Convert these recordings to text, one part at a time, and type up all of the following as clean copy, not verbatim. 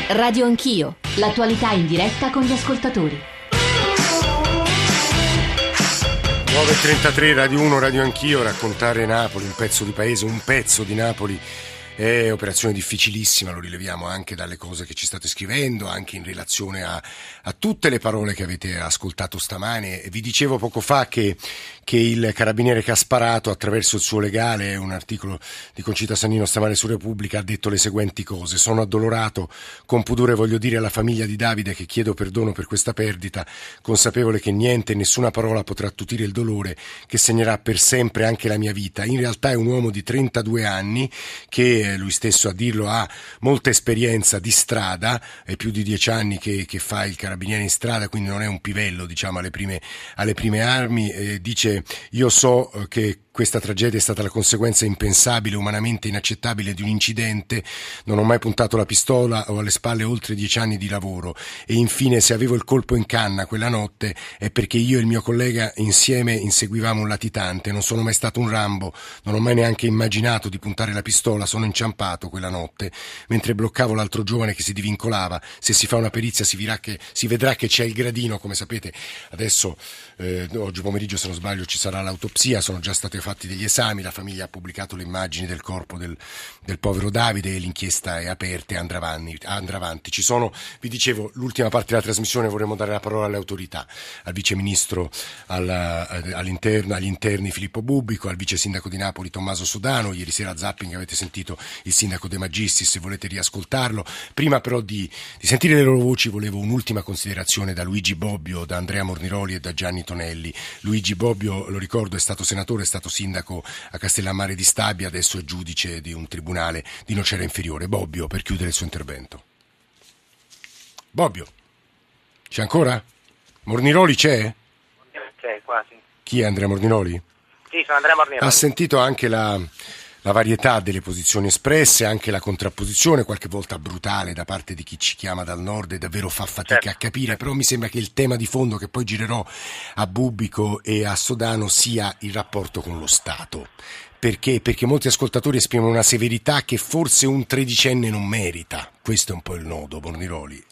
Radio Anch'io, l'attualità in diretta con gli ascoltatori. 9.33, Radio 1, Radio Anch'io, raccontare Napoli, un pezzo di paese, un pezzo di Napoli. È operazione difficilissima, lo rileviamo anche dalle cose che ci state scrivendo, anche in relazione a tutte le parole che avete ascoltato stamane. Vi dicevo poco fa che il carabiniere che ha sparato, attraverso il suo legale, un articolo di Concita Sannino stamane su Repubblica, ha detto le seguenti cose: sono addolorato, con pudore voglio dire alla famiglia di Davide che chiedo perdono per questa perdita, consapevole che niente, nessuna parola potrà attutire il dolore che segnerà per sempre anche la mia vita. In realtà è un uomo di 32 anni che, lui stesso a dirlo, ha molta esperienza di strada, è più di 10 anni che fa il carabiniere in strada, quindi non è un pivello, diciamo, alle prime armi. Dice: io so che questa tragedia è stata la conseguenza impensabile, umanamente inaccettabile di un incidente, non ho mai puntato la pistola, ho alle spalle oltre 10 anni di lavoro e infine se avevo il colpo in canna quella notte è perché io e il mio collega insieme inseguivamo un latitante, non sono mai stato un Rambo, non ho mai neanche immaginato di puntare la pistola, sono inciampato quella notte mentre bloccavo l'altro giovane che si divincolava. Se si fa una perizia si vedrà che c'è il gradino, come sapete adesso oggi pomeriggio se non sbaglio ci sarà l'autopsia, sono già state fatti degli esami, la famiglia ha pubblicato le immagini del corpo del povero Davide e l'inchiesta è aperta e andrà avanti. Ci sono, vi dicevo, l'ultima parte della trasmissione vorremmo dare la parola alle autorità, al viceministro agli interni Filippo Bubbico, al vice sindaco di Napoli Tommaso Sodano. Ieri sera a Zapping avete sentito il sindaco De Magistris, se volete riascoltarlo. Prima però di sentire le loro voci volevo un'ultima considerazione da Luigi Bobbio, da Andrea Morniroli e da Gianni Tonelli. Luigi Bobbio, lo ricordo, è stato senatore, è stato sindaco a Castellammare di Stabia, adesso è giudice di un tribunale di Nocera Inferiore. Bobbio, per chiudere il suo intervento. Bobbio, c'è ancora? Morniroli c'è? C'è, quasi. Chi è Andrea Morniroli? Sì, sono Andrea Morniroli. Ha sentito anche la varietà delle posizioni espresse, anche la contrapposizione, qualche volta brutale, da parte di chi ci chiama dal nord e davvero fa fatica a capire, però mi sembra che il tema di fondo, che poi girerò a Bubbico e a Sodano, sia il rapporto con lo Stato. Perché? Perché molti ascoltatori esprimono una severità che forse un tredicenne non merita. Questo è un po' il nodo, Morniroli.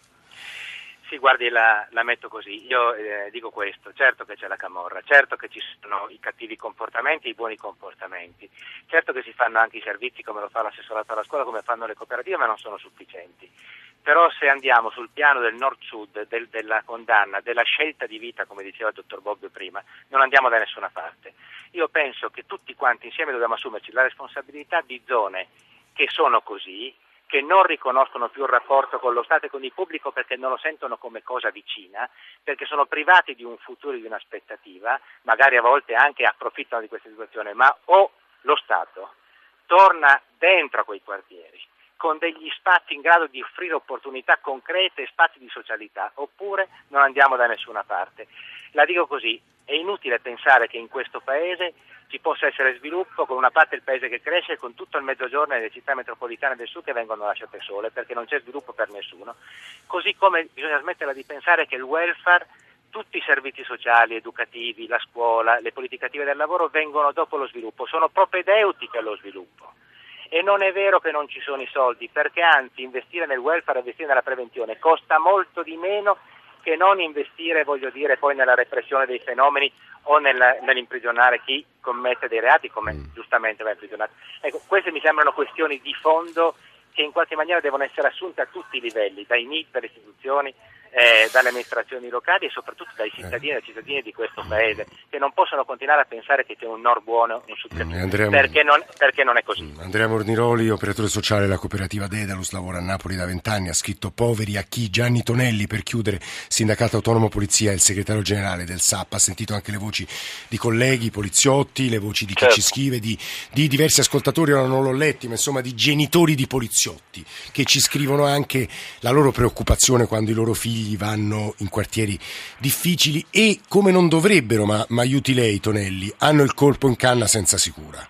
Sì, guardi, la metto così. Io dico questo: certo che c'è la camorra, certo che ci sono i cattivi comportamenti e i buoni comportamenti, certo che si fanno anche i servizi come lo fa l'assessorato alla scuola, come fanno le cooperative, ma non sono sufficienti. Però se andiamo sul piano del nord-sud, della condanna, della scelta di vita, come diceva il dottor Bobbio prima, non andiamo da nessuna parte. Io penso che tutti quanti insieme dobbiamo assumerci la responsabilità di zone che sono così, che non riconoscono più il rapporto con lo Stato e con il pubblico perché non lo sentono come cosa vicina, perché sono privati di un futuro e di un'aspettativa, magari a volte anche approfittano di questa situazione, ma o lo Stato torna dentro a quei quartieri con degli spazi in grado di offrire opportunità concrete e spazi di socialità, oppure non andiamo da nessuna parte. La dico così: è inutile pensare che in questo paese ci possa essere sviluppo con una parte del paese che cresce e con tutto il mezzogiorno e le città metropolitane del sud che vengono lasciate sole, perché non c'è sviluppo per nessuno. Così come bisogna smetterla di pensare che il welfare, tutti i servizi sociali, educativi, la scuola, le politiche attive del lavoro vengono dopo lo sviluppo, sono propedeutiche allo sviluppo. E non è vero che non ci sono i soldi, perché anzi investire nel welfare e investire nella prevenzione costa molto di meno che non investire, voglio dire, poi nella repressione dei fenomeni o nell'imprigionare chi commette dei reati, come giustamente va imprigionato. Ecco, queste mi sembrano questioni di fondo che in qualche maniera devono essere assunte a tutti i livelli, dai NIT, dalle istituzioni, dalle amministrazioni locali e soprattutto dai cittadini e dai cittadini di questo paese, che non possono continuare a pensare che c'è un nord buono, un sud cattivo, perché non è così. Andrea Morniroli, operatore sociale della cooperativa Dedalus, lavora a Napoli da 20 anni, ha scritto Poveri a chi? Gianni Tonelli, per chiudere, sindacato autonomo polizia, è il segretario generale del SAP, ha sentito anche le voci di colleghi, poliziotti, le voci di chi ci scrive, di diversi ascoltatori, ora non l'ho letti, ma insomma di genitori di poliziotti, che ci scrivono anche la loro preoccupazione quando i loro figli vanno in quartieri difficili e, come non dovrebbero, ma aiuti lei Tonelli, hanno il colpo in canna senza sicura.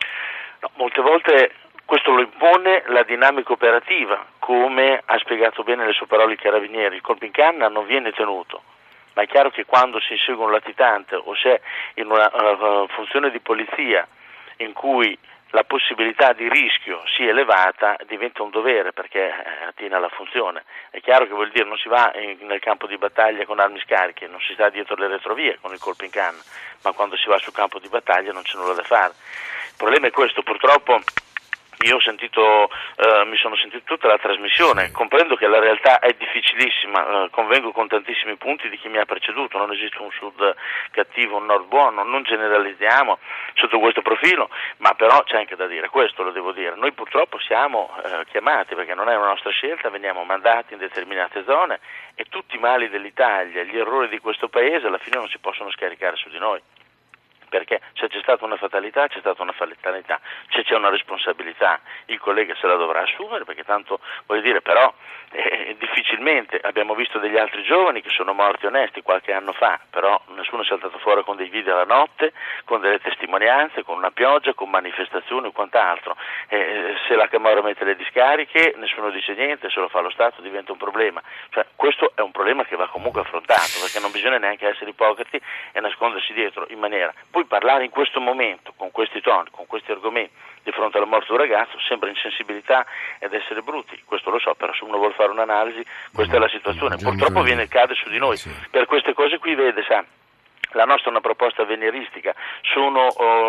No, molte volte questo lo impone la dinamica operativa, come ha spiegato bene le sue parole il carabinieri. Il colpo in canna non viene tenuto, ma è chiaro che quando si insegue un latitante o se in una funzione di polizia in cui la possibilità di rischio sia elevata diventa un dovere, perché attiene alla funzione. È chiaro che vuol dire non si va nel campo di battaglia con armi scariche, non si sta dietro le retrovie con il colpo in canna, ma quando si va sul campo di battaglia non c'è nulla da fare. Il problema è questo, purtroppo. Io mi sono sentito tutta la trasmissione, comprendo che la realtà è difficilissima, convengo con tantissimi punti di chi mi ha preceduto, non esiste un sud cattivo, un nord buono, non generalizziamo sotto questo profilo, ma però c'è anche da dire, questo lo devo dire, noi purtroppo siamo chiamati, perché non è una nostra scelta, veniamo mandati in determinate zone e tutti i mali dell'Italia, gli errori di questo paese alla fine non si possono scaricare su di noi. Perché se c'è stata una fatalità, c'è stata una fatalità, se c'è una responsabilità il collega se la dovrà assumere, perché tanto voglio dire, però difficilmente abbiamo visto degli altri giovani che sono morti onesti qualche anno fa, però nessuno è saltato fuori con dei video alla notte, con delle testimonianze, con una pioggia, con manifestazioni o quant'altro. Se la Camorra mette le discariche nessuno dice niente, se lo fa lo Stato diventa un problema. Cioè, questo è un problema che va comunque affrontato, perché non bisogna neanche essere ipocriti e nascondersi dietro in maniera. Poi parlare in questo momento, con questi toni, con questi argomenti, di fronte alla morte di un ragazzo, sembra insensibilità ed essere brutti, questo lo so, però se uno vuole fare un'analisi, questa è la situazione. Purtroppo cade su di noi, per queste cose qui vede, sa. La nostra è una proposta avveniristica, sono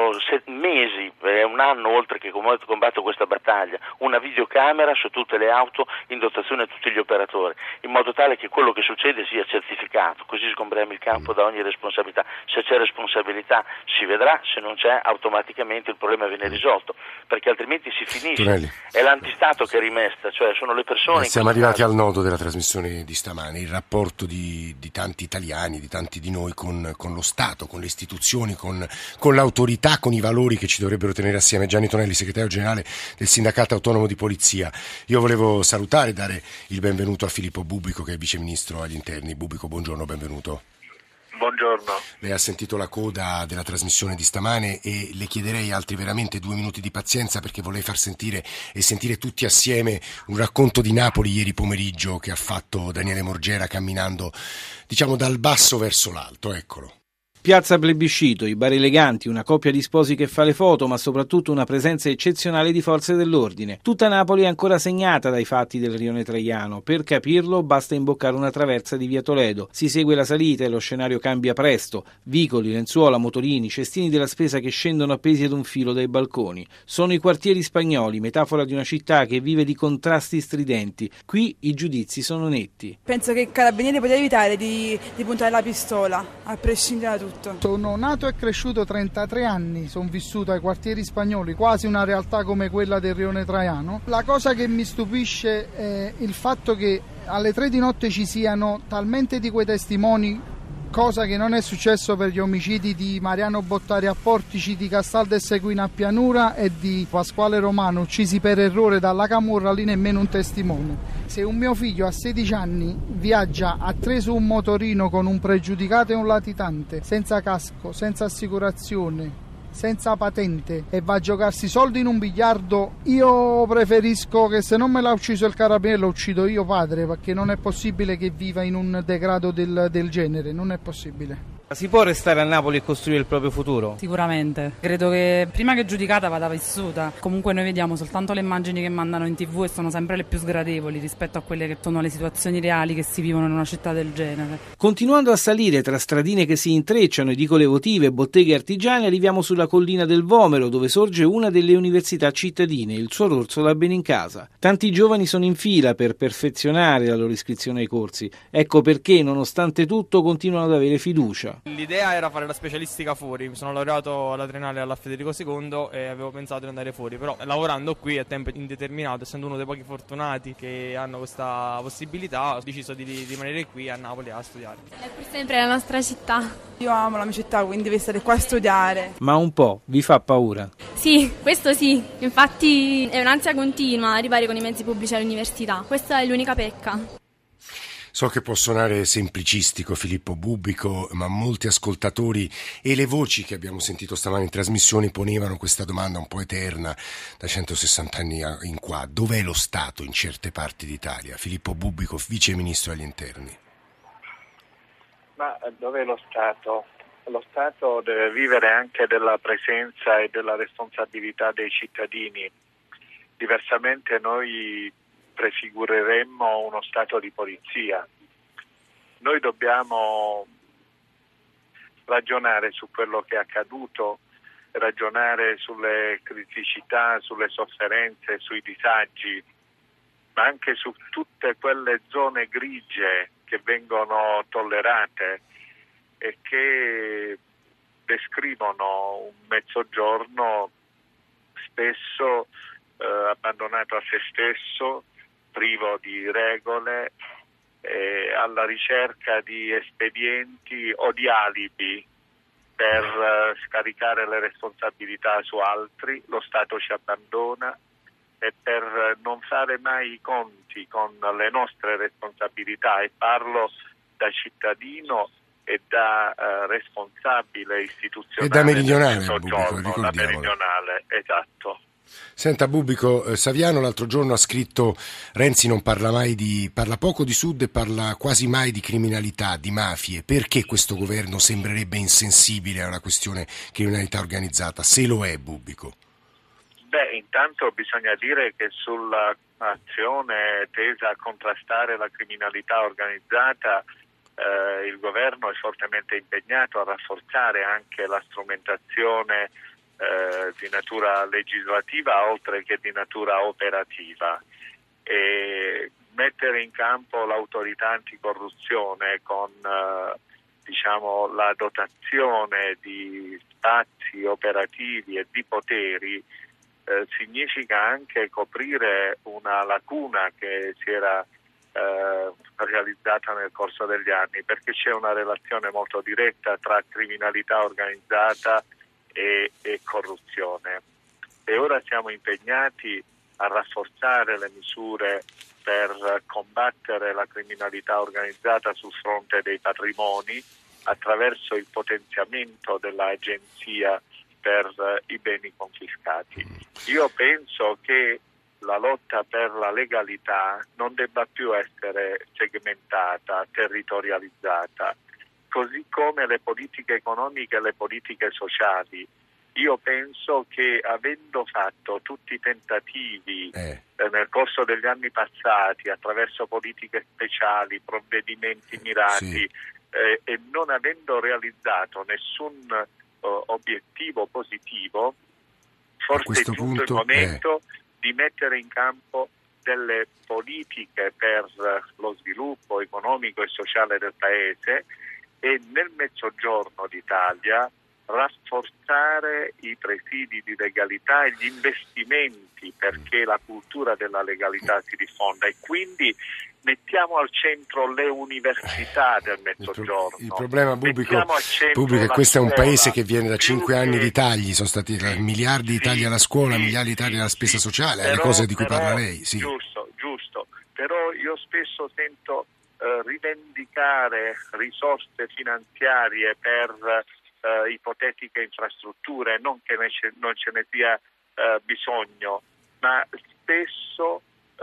mesi, un anno oltre che combatto questa battaglia, una videocamera su tutte le auto in dotazione a tutti gli operatori, in modo tale che quello che succede sia certificato, così sgombriamo il campo da ogni responsabilità. Se c'è responsabilità si vedrà, se non c'è automaticamente il problema viene risolto, perché altrimenti si finisce. Tonelli. È l'antistato che rimesta, cioè sono le persone. Siamo arrivati al nodo della trasmissione di stamane, il rapporto di tanti italiani, di tanti di noi con lo Stato, con le istituzioni, con l'autorità, con i valori che ci dovrebbero tenere assieme. Gianni Tonelli, segretario generale del Sindacato Autonomo di Polizia. Io volevo salutare e dare il benvenuto a Filippo Bubbico, che è vice ministro agli interni. Bubbico, buongiorno, benvenuto. Buongiorno. Lei ha sentito la coda della trasmissione di stamane e le chiederei altri veramente 2 minuti di pazienza, perché vorrei far sentire tutti assieme un racconto di Napoli ieri pomeriggio che ha fatto Daniele Morgera camminando, diciamo, dal basso verso l'alto. Eccolo. Piazza Plebiscito, i bar eleganti, una coppia di sposi che fa le foto, ma soprattutto una presenza eccezionale di forze dell'ordine. Tutta Napoli è ancora segnata dai fatti del rione Traiano. Per capirlo basta imboccare una traversa di via Toledo. Si segue la salita e lo scenario cambia presto. Vicoli, lenzuola, motorini, cestini della spesa che scendono appesi ad un filo dai balconi. Sono i quartieri spagnoli, metafora di una città che vive di contrasti stridenti. Qui i giudizi sono netti. Penso che il carabiniere poteva evitare di puntare la pistola, a prescindere da tutto. Sono nato e cresciuto 33 anni, sono vissuto ai quartieri spagnoli, quasi una realtà come quella del rione Traiano. La cosa che mi stupisce è il fatto che alle 3 di notte ci siano talmente di quei testimoni, cosa che non è successo per gli omicidi di Mariano Bottari a Portici, di Castaldo e Seguina a Pianura e di Pasquale Romano, uccisi per errore dalla camorra, lì nemmeno un testimone. Se un mio figlio a 16 anni viaggia a 3 su un motorino con un pregiudicato e un latitante, senza casco, senza assicurazione, senza patente, e va a giocarsi soldi in un biliardo, io preferisco che se non me l'ha ucciso il carabiniere lo uccido io padre, perché non è possibile che viva in un degrado del genere, non è possibile. Si può restare a Napoli e costruire il proprio futuro? Sicuramente, credo che prima che giudicata vada vissuta. Comunque noi vediamo soltanto le immagini che mandano in TV e sono sempre le più sgradevoli rispetto a quelle che sono le situazioni reali che si vivono in una città del genere. Continuando a salire tra stradine che si intrecciano, edicole votive e botteghe artigiane, arriviamo sulla collina del Vomero, dove sorge una delle università cittadine, il Suor Orsola Benincasa. Tanti giovani sono in fila per perfezionare la loro iscrizione ai corsi. Ecco perché, nonostante tutto, continuano ad avere fiducia. L'idea era fare la specialistica fuori, mi sono laureato alla triennale alla Federico II e avevo pensato di andare fuori, però lavorando qui a tempo indeterminato, essendo uno dei pochi fortunati che hanno questa possibilità, ho deciso di rimanere qui a Napoli a studiare. È per sempre la nostra città. Io amo la mia città, quindi devo stare qua a studiare. Ma un po' vi fa paura? Sì, questo sì, infatti è un'ansia continua arrivare con i mezzi pubblici all'università, questa è l'unica pecca. So che può suonare semplicistico, Filippo Bubbico, ma molti ascoltatori e le voci che abbiamo sentito stamani in trasmissione ponevano questa domanda un po' eterna da 160 anni in qua. Dov'è lo Stato in certe parti d'Italia? Filippo Bubbico, vice ministro agli interni. Ma dov'è lo Stato? lo Stato deve vivere anche della presenza e della responsabilità dei cittadini, diversamente noi prefigureremmo uno Stato di polizia. Noi dobbiamo ragionare su quello che è accaduto, ragionare sulle criticità, sulle sofferenze, sui disagi, ma anche su tutte quelle zone grigie che vengono tollerate e che descrivono un Mezzogiorno spesso abbandonato a se stesso, privo di regole, alla ricerca di espedienti o di alibi per scaricare le responsabilità su altri. Lo Stato ci abbandona, e per non fare mai i conti con le nostre responsabilità, e parlo da cittadino e da responsabile istituzionale e da meridionale, Bubico, da meridionale, esatto. Senta Bubico, Saviano l'altro giorno ha scritto: Renzi non parla parla poco di Sud e parla quasi mai di criminalità, di mafie. Perché questo governo sembrerebbe insensibile alla questione criminalità organizzata, se lo è, Bubico? Intanto bisogna dire che sull'azione tesa a contrastare la criminalità organizzata il governo è fortemente impegnato a rafforzare anche la strumentazione di natura legislativa oltre che di natura operativa, e mettere in campo l'autorità anticorruzione con la dotazione di spazi operativi e di poteri significa anche coprire una lacuna che si era realizzata nel corso degli anni, perché c'è una relazione molto diretta tra criminalità organizzata e corruzione, e ora siamo impegnati a rafforzare le misure per combattere la criminalità organizzata sul fronte dei patrimoni attraverso il potenziamento dell'agenzia per i beni confiscati. Io penso che la lotta per la legalità non debba più essere segmentata, territorializzata, così come le politiche economiche e le politiche sociali. Io penso che, avendo fatto tutti i tentativi nel corso degli anni passati attraverso politiche speciali, provvedimenti mirati, e non avendo realizzato nessun obiettivo positivo, forse è giunto il momento di mettere in campo delle politiche per lo sviluppo economico e sociale del Paese, e nel Mezzogiorno d'Italia rafforzare i presidi di legalità e gli investimenti perché la cultura della legalità si diffonda, e quindi mettiamo al centro le università del Mezzogiorno. Il problema, Bubico, è questo è un paese che viene da 5 anni di tagli, sono stati miliardi di tagli alla scuola, miliardi di tagli alla spesa sociale, le cose di cui parla lei. Sì. Giusto, però io spesso sento rivendicare risorse finanziarie per ipotetiche infrastrutture, non che non ce ne sia bisogno, ma spesso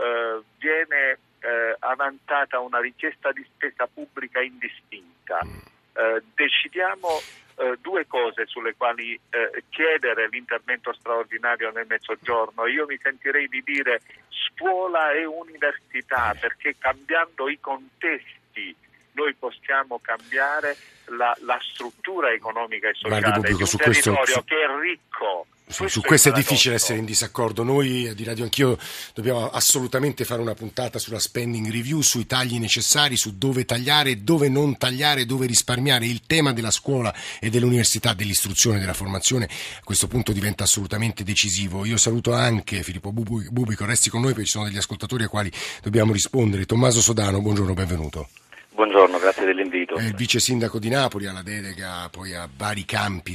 viene avanzata una richiesta di spesa pubblica indistinta. Decidiamo due cose sulle quali chiedere l'intervento straordinario nel Mezzogiorno. Io mi sentirei di dire scuola e università, perché cambiando i contesti noi possiamo cambiare la struttura economica e sociale di un territorio che è ricco. Su questo è difficile essere in disaccordo. Noi di Radio Anch'io dobbiamo assolutamente fare una puntata sulla spending review, sui tagli necessari, su dove tagliare, dove non tagliare, dove risparmiare. Il tema della scuola e dell'università, dell'istruzione, della formazione a questo punto diventa assolutamente decisivo. Io saluto anche Filippo Bubico, resti con noi perché ci sono degli ascoltatori ai quali dobbiamo rispondere. Tommaso Sodano, buongiorno, benvenuto. Buongiorno, grazie dell'invito. È il vice sindaco di Napoli, ha la delega poi a vari campi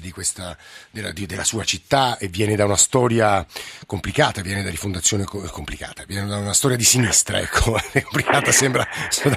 della sua città, e viene da una storia complicata, viene da rifondazione complicata, viene da una storia di sinistra, ecco, complicata sembra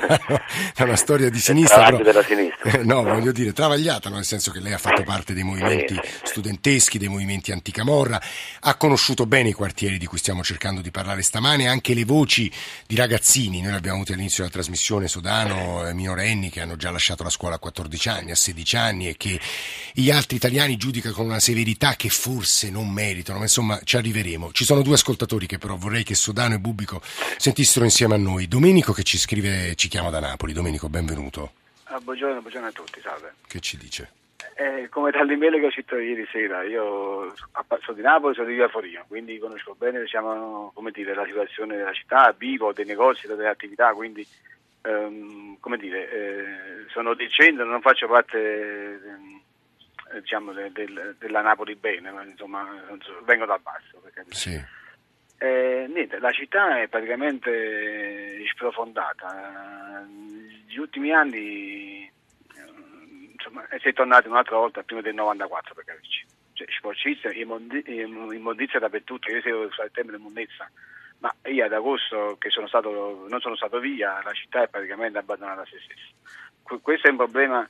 da una storia di sinistra, però della sinistra. No, voglio dire travagliata, no? Nel senso che lei ha fatto parte dei movimenti studenteschi, dei movimenti anticamorra, ha conosciuto bene i quartieri di cui stiamo cercando di parlare stamane, anche le voci di ragazzini. Noi le abbiamo avute all'inizio della trasmissione, Sodano, minorenni che hanno già lasciato la scuola a 14 anni, a 16 anni e che gli altri italiani giudicano con una severità che forse non meritano, ma insomma ci arriveremo. Ci sono due ascoltatori che però vorrei che Sodano e Bubbico sentissero insieme a noi. Domenico che ci scrive, ci chiama da Napoli. Domenico, benvenuto. Buongiorno a tutti, salve. Che ci dice? Come dall'email che ho scritto ieri sera, io sono di Napoli, sono di Via Forino, quindi conosco bene, diciamo, come dire, la situazione della città, vivo dei negozi, delle attività, quindi come dire, sono del centro, non faccio parte diciamo della Napoli bene, ma insomma vengo dal basso, per capire. Sì. Niente, la città è praticamente sprofondata. Negli ultimi anni insomma, si è tornati un'altra volta prima del 94, per capirci. Cioè, sporcizia, immondizia dappertutto. Io devo usare il termine immondizia, ma io ad agosto che non sono stato via, la città è praticamente abbandonata a se stessa. Questo è un problema.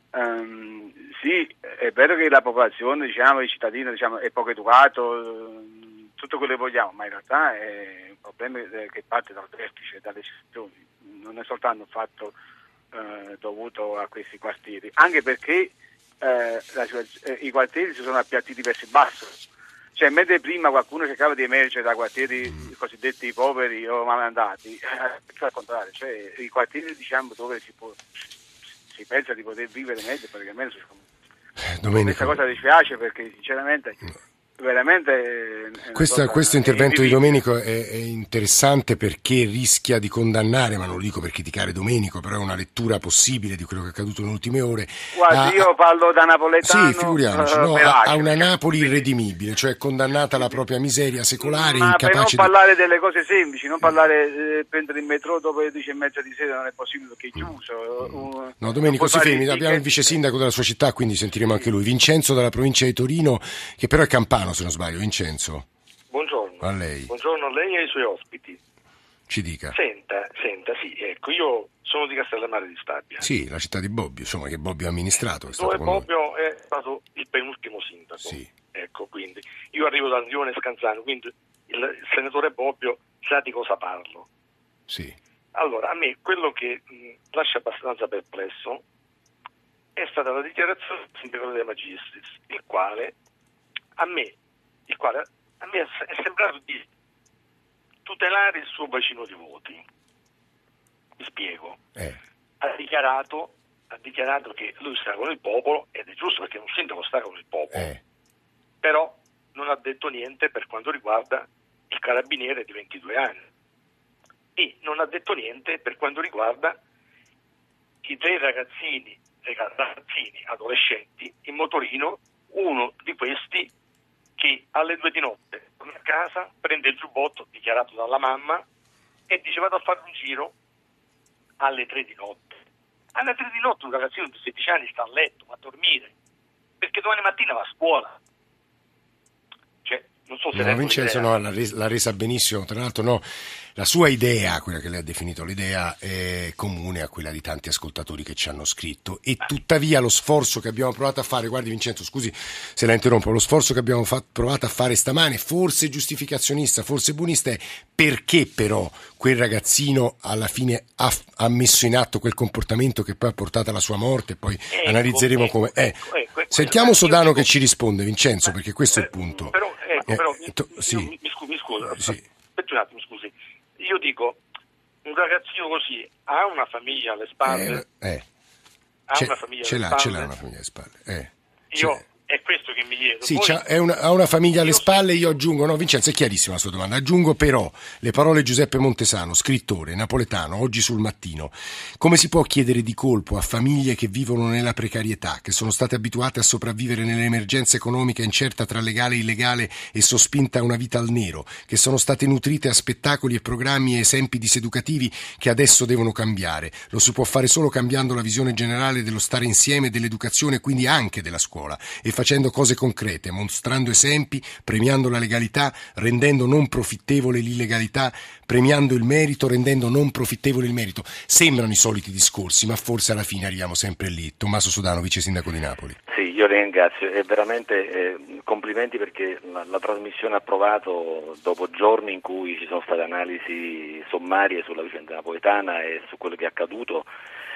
Sì, è vero che la popolazione, diciamo, i cittadini, diciamo, è poco educato, tutto quello che vogliamo, ma in realtà è un problema che parte dal vertice, dalle istituzioni, non è soltanto un fatto dovuto a questi quartieri, anche perché i quartieri si sono appiattiti verso il basso, cioè mentre prima qualcuno cercava di emergere da quartieri cosiddetti poveri o malandati, al contrario, cioè i quartieri, diciamo, dove si pensa di poter vivere meglio, praticamente questa cosa dispiace, perché sinceramente veramente questo intervento di Domenico è interessante, perché rischia di condannare, ma non lo dico per criticare Domenico, però è una lettura possibile di quello che è accaduto nelle ultime ore. Guarda, io parlo da napoletano, sì, figuriamoci, a una Napoli irredimibile, cioè condannata alla propria miseria secolare, ma incapace per non parlare delle cose semplici, non parlare prendere il metro dopo le 10:30 di sera non è possibile perché è chiuso. No, Domenico, si fermi, abbiamo il vice sindaco della sua città, quindi sentiremo anche lui. Vincenzo dalla provincia di Torino, che però è campano, se non sbaglio. Vincenzo. Buongiorno. A lei. Buongiorno a lei e ai suoi ospiti. Ci dica. Senta, sì, ecco, io sono di Castellammare di Stabia. Sì, la città di Bobbio, insomma, che Bobbio ha amministrato. Dove Bobbio è stato il penultimo sindaco. Sì. Ecco, quindi io arrivo dal Rione Scanzano, quindi il senatore Bobbio sa di cosa parlo. Sì. Allora, a me quello che lascia abbastanza perplesso è stata la dichiarazione del sindaco De Magistris, il quale a me è sembrato di tutelare il suo bacino di voti. Mi spiego. Ha dichiarato che lui sta con il popolo, ed è giusto perché un sindaco sta con il popolo, però non ha detto niente per quanto riguarda il carabiniere di 22 anni e non ha detto niente per quanto riguarda i 3 ragazzini adolescenti in motorino, uno di questi che alle 2 di notte torna a casa, prende il giubbotto dichiarato dalla mamma e dice vado a fare un giro alle 3 di notte. Alle 3 di notte un ragazzino di 16 anni sta a letto, va a dormire, perché domani mattina va a scuola. Cioè, non so se Vincenzo l'ha resa benissimo, tra l'altro la sua idea, quella che lei ha definito l'idea, è comune a quella di tanti ascoltatori che ci hanno scritto, e tuttavia lo sforzo che abbiamo provato a fare, guardi Vincenzo, scusi se la interrompo, lo sforzo che abbiamo provato a fare stamane, forse giustificazionista, forse buonista, è perché però quel ragazzino alla fine ha messo in atto quel comportamento che poi ha portato alla sua morte, poi analizzeremo come... Sentiamo Sodano che ci risponde, Vincenzo, perché questo è il punto. Mi scusa, aspetti un attimo, scusi. Io dico, un ragazzino così ha una famiglia alle spalle? Ce l'ha una famiglia alle spalle. È questo che mi chiedo. Sì, ha una famiglia alle spalle, io aggiungo, no Vincenzo, è chiarissima la sua domanda, aggiungo però le parole di Giuseppe Montesano, scrittore napoletano, oggi sul Mattino. Come si può chiedere di colpo a famiglie che vivono nella precarietà, che sono state abituate a sopravvivere nell'emergenza economica incerta tra legale e illegale e sospinta a una vita al nero, che sono state nutrite a spettacoli e programmi e esempi diseducativi che adesso devono cambiare? Lo si può fare solo cambiando la visione generale dello stare insieme, dell'educazione, quindi anche della scuola, e facendo cose concrete, mostrando esempi, premiando la legalità, rendendo non profittevole l'illegalità, premiando il merito, rendendo non profittevole il merito. Sembrano i soliti discorsi, ma forse alla fine arriviamo sempre lì. Tommaso Sodano, vice sindaco di Napoli. Sì, io le ringrazio e veramente complimenti perché la trasmissione ha provato, dopo giorni in cui ci sono state analisi sommarie sulla vicenda napoletana e su quello che è accaduto,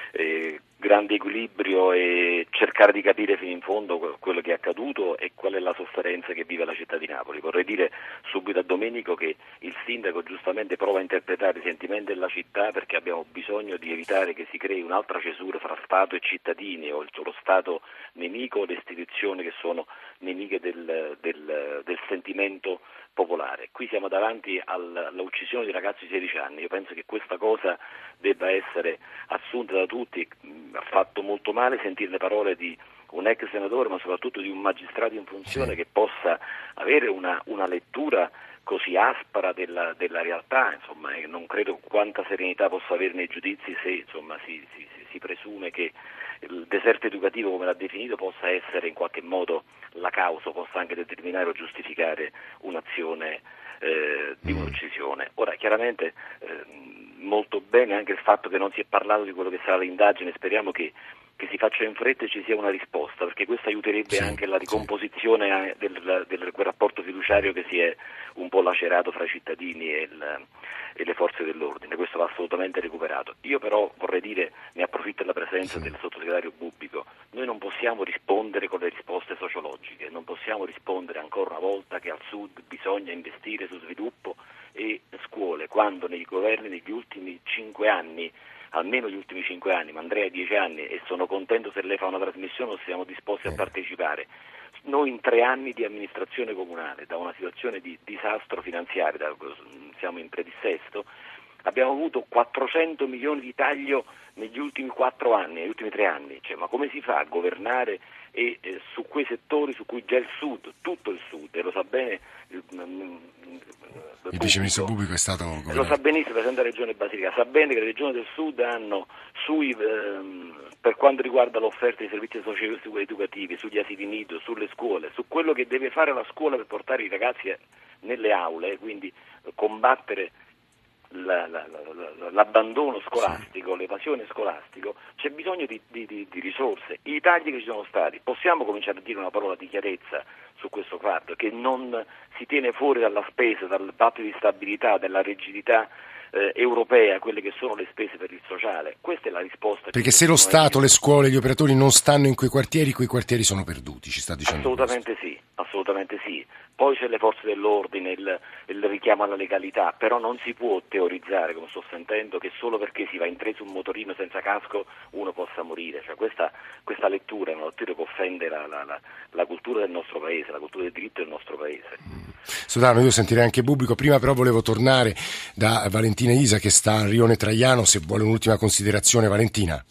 grande equilibrio e cercare di capire fino in fondo quello che è accaduto e qual è la sofferenza che vive la città di Napoli. Vorrei dire subito a Domenico che il sindaco giustamente prova a interpretare i sentimenti della città, perché abbiamo bisogno di evitare che si crei un'altra cesura fra Stato e cittadini, o lo Stato nemico o le istituzioni che sono nemiche del sentimento popolare. Qui siamo davanti all'uccisione di ragazzi di 16 anni. Io penso che questa cosa debba essere assunta da tutti. Ha fatto molto male sentire le parole di un ex senatore, ma soprattutto di un magistrato in funzione che possa avere una lettura così aspra della realtà, insomma, e non credo quanta serenità possa avere nei giudizi se insomma si presume che il deserto educativo, come l'ha definito, possa essere in qualche modo la causa, possa anche determinare o giustificare un'azione di un'uccisione. Ora, chiaramente molto bene anche il fatto che non si è parlato di quello che sarà l'indagine, speriamo che si faccia in fretta e ci sia una risposta, perché questo aiuterebbe anche la ricomposizione del quel rapporto fiduciario che si è un po' lacerato fra i cittadini e le forze dell'ordine. Questo va assolutamente recuperato. Io però vorrei dire, ne approfitto della presenza del sottosegretario Bubbico, noi non possiamo rispondere con le risposte sociologiche, non possiamo rispondere ancora una volta che al Sud bisogna investire su sviluppo e scuole, quando nei governi negli ultimi 5 anni, almeno gli ultimi 5 anni, ma andrei a 10 anni, e sono contento se lei fa una trasmissione o siamo disposti a partecipare. Noi in 3 anni di amministrazione comunale, da una situazione di disastro finanziario, siamo in predissesto, abbiamo avuto 400 milioni di taglio negli ultimi 4 anni, negli ultimi 3 anni. Cioè, ma come si fa a governare su quei settori su cui già il Sud, tutto il Sud, e lo sa bene il vice ministro Bubbico è stato governato. Lo sa benissimo, Presidente della Regione Basilicata, sa bene che le regioni del Sud hanno per quanto riguarda l'offerta di servizi socio-educativi, sugli asili nido, sulle scuole, su quello che deve fare la scuola per portare i ragazzi nelle aule, quindi combattere l'abbandono scolastico, l'evasione scolastico, c'è bisogno di risorse. I tagli che ci sono stati, possiamo cominciare a dire una parola di chiarezza su questo fatto, che non si tiene fuori dalla spesa, dal patto di stabilità, dalla rigidità europea, quelle che sono le spese per il sociale. Questa è la risposta. Perché se lo Stato, le scuole, gli operatori non stanno in quei quartieri sono perduti, ci sta dicendo. Assolutamente sì. Poi c'è le forze dell'ordine, il richiamo alla legalità, però non si può teorizzare, come sto sentendo, che solo perché si va in 3 su un motorino senza casco uno possa morire. Cioè, questa lettura è una lettura che offende la cultura del nostro paese, la cultura del diritto del nostro paese. Sodano, io sentirei anche Bubbico, prima però volevo tornare da Valentina Isa che sta a Rione Traiano, se vuole un'ultima considerazione. Valentina.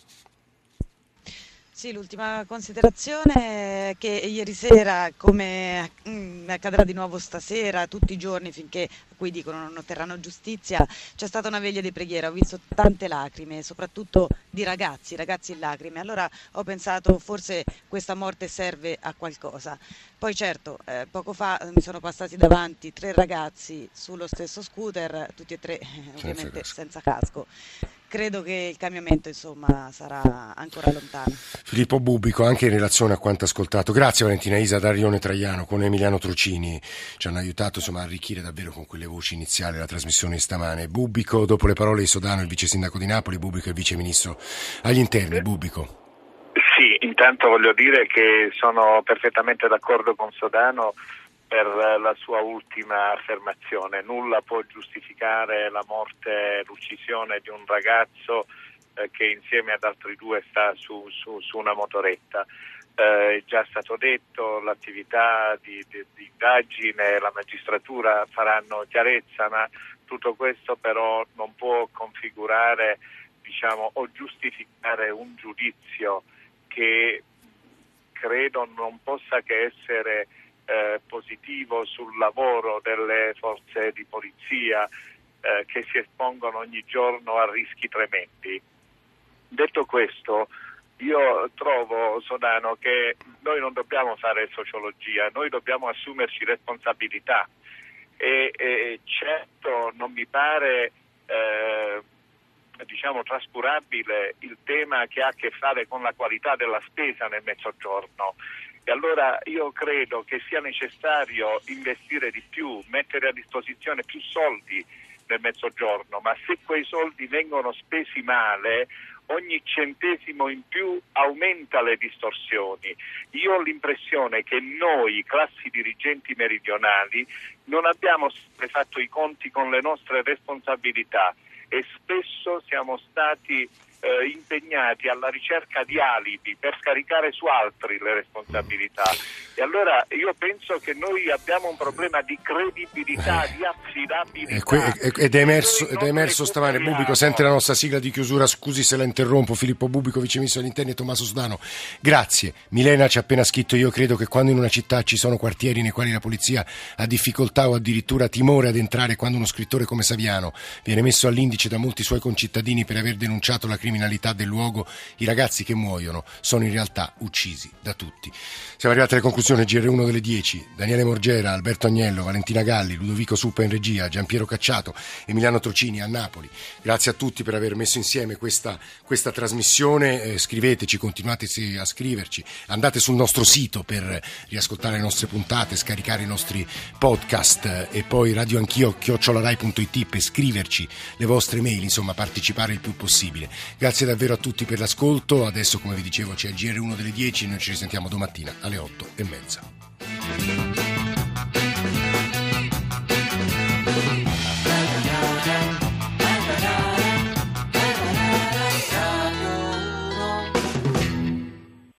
Sì, l'ultima considerazione è che ieri sera, come accadrà di nuovo stasera, tutti i giorni finché qui dicono non otterranno giustizia, c'è stata una veglia di preghiera, ho visto tante lacrime, soprattutto di ragazzi in lacrime. Allora ho pensato forse questa morte serve a qualcosa. Poi certo, poco fa mi sono passati davanti 3 ragazzi sullo stesso scooter, tutti e 3 ovviamente senza casco. Credo che il cambiamento insomma sarà ancora lontano. Filippo Bubbico, anche in relazione a quanto ascoltato. Grazie Valentina Isa da Rione Traiano con Emiliano Trucini, ci hanno aiutato insomma a arricchire davvero con quelle voci iniziali la trasmissione di stamane. Bubbico, dopo le parole di Sodano, il vice sindaco di Napoli, Bubbico è il vice ministro agli interni. Bubbico. Sì, intanto voglio dire che sono perfettamente d'accordo con Sodano per la sua ultima affermazione. Nulla può giustificare la morte, l'uccisione di un ragazzo che insieme ad altri 2 sta su una motoretta. È già stato detto, l'attività di indagine, la magistratura faranno chiarezza, ma tutto questo però non può configurare, o giustificare un giudizio che credo non possa che essere positivo sul lavoro delle forze di polizia che si espongono ogni giorno a rischi tremendi. Detto questo, io trovo, Sodano, che noi non dobbiamo fare sociologia, noi dobbiamo assumerci responsabilità e certo non mi pare trascurabile il tema che ha a che fare con la qualità della spesa nel Mezzogiorno. E allora io credo che sia necessario investire di più, mettere a disposizione più soldi nel Mezzogiorno, ma se quei soldi vengono spesi male, ogni centesimo in più aumenta le distorsioni. Io ho l'impressione che noi, classi dirigenti meridionali, non abbiamo sempre fatto i conti con le nostre responsabilità e spesso siamo stati impegnati alla ricerca di alibi per scaricare su altri le responsabilità. E allora io penso che noi abbiamo un problema di credibilità, di affidabilità. Ed è emerso stamane. Bubico, sente la nostra sigla di chiusura, scusi se la interrompo. Filippo Bubico, vice ministro dell'Interno, e Tommaso Sudano. Grazie. Milena ci ha appena scritto: io credo che quando in una città ci sono quartieri nei quali la polizia ha difficoltà o addirittura timore ad entrare, quando uno scrittore come Saviano viene messo all'indice da molti suoi concittadini per aver denunciato la criminalità del luogo, i ragazzi che muoiono sono in realtà uccisi da tutti. Siamo arrivati alle conclusioni. GR1 delle 10. Daniele Morgera, Alberto Agnello, Valentina Galli, Ludovico Suppa in regia, Giampiero Cacciato, Emiliano Trocini a Napoli. Grazie a tutti per aver messo insieme questa trasmissione. Scriveteci, continuate a scriverci, andate sul nostro sito per riascoltare le nostre puntate, scaricare i nostri podcast, e poi radioanchio@rai.it per scriverci le vostre mail, insomma partecipare il più possibile. Grazie davvero a tutti per l'ascolto. Adesso, come vi dicevo, c'è il GR1 delle 10, noi ci risentiamo domattina alle 8:30.